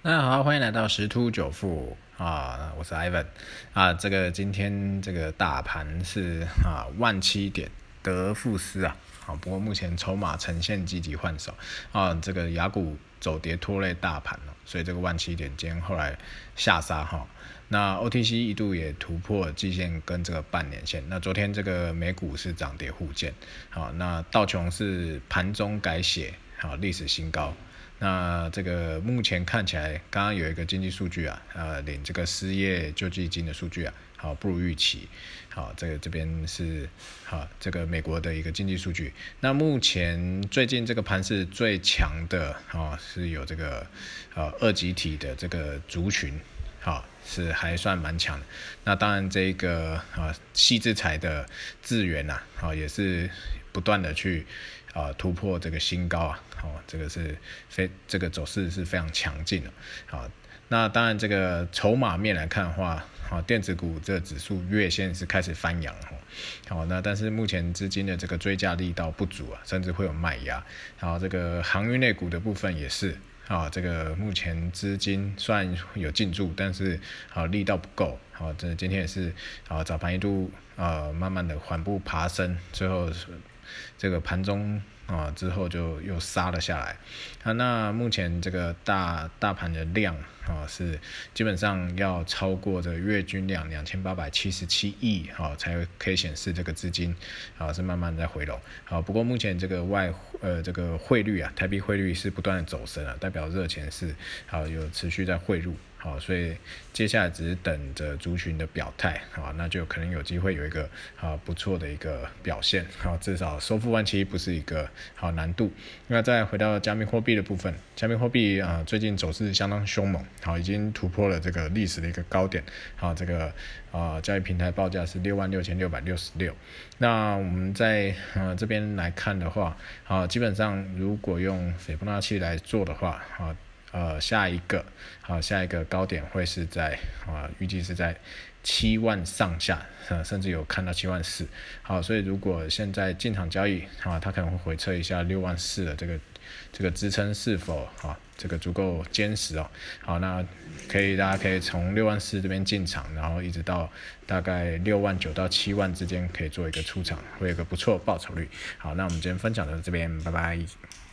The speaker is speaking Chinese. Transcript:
大家好，欢迎来到十突九富啊，我是 Ivan 啊。今天这个大盘是17000点得复失啊。好，不过目前筹码呈现积极换手啊，这个雅股走跌拖累大盘所以这个17000点今天后来下杀哈。那 OTC 一度也突破季线跟这个半年线。那昨天这个美股是涨跌互见，好，那道琼是盘中改写好历史新高。那这个目前看起来，刚刚有一个经济数据领这个失业救济金的数据好不如预期，好，这边是好这个美国的一个经济数据。那目前最近这个盘势最强的是有这个二级体的这个族群，好是还算蛮强的。那当然这个矽智财的智原也是不断的去突破这个新高这个是这个走势是非常强劲的那当然这个筹码面来看的话电子股这个指数月线是开始翻扬那但是目前资金的这个追价力道不足甚至会有卖压。这个航运类股的部分也是这个目前资金虽然有进驻，但是力道不够。这今天也是早盘一度慢慢的缓步爬升，最后这个盘中之后就又杀了下来。那目前这个大盘的量是基本上要超过这个月均量2877亿才可以显示这个资金是慢慢在回笼。不过目前这个这个汇率台币汇率是不断的走升代表热钱是有持续在汇入。所以接下来只是等着族群的表态那就可能有机会有一个不错的一个表现至少收复17000不是一个难度。那再回到加密货币的部分，加密货币最近走势相当凶猛已经突破了这个历史的一个高点这个交易平台报价是66666。那我们在这边来看的话基本上如果用斐波那契来做的话下一个高点会是在预计是在7万上下甚至有看到7万4。所以如果现在进场交易它可能会回测一下6万4的这个支撑是否这个足够坚实那大家可以从6万4这边进场，然后一直到大概6万9到7万之间可以做一个出场，会有一个不错的报酬率。好，那我们今天分享到这边，拜拜。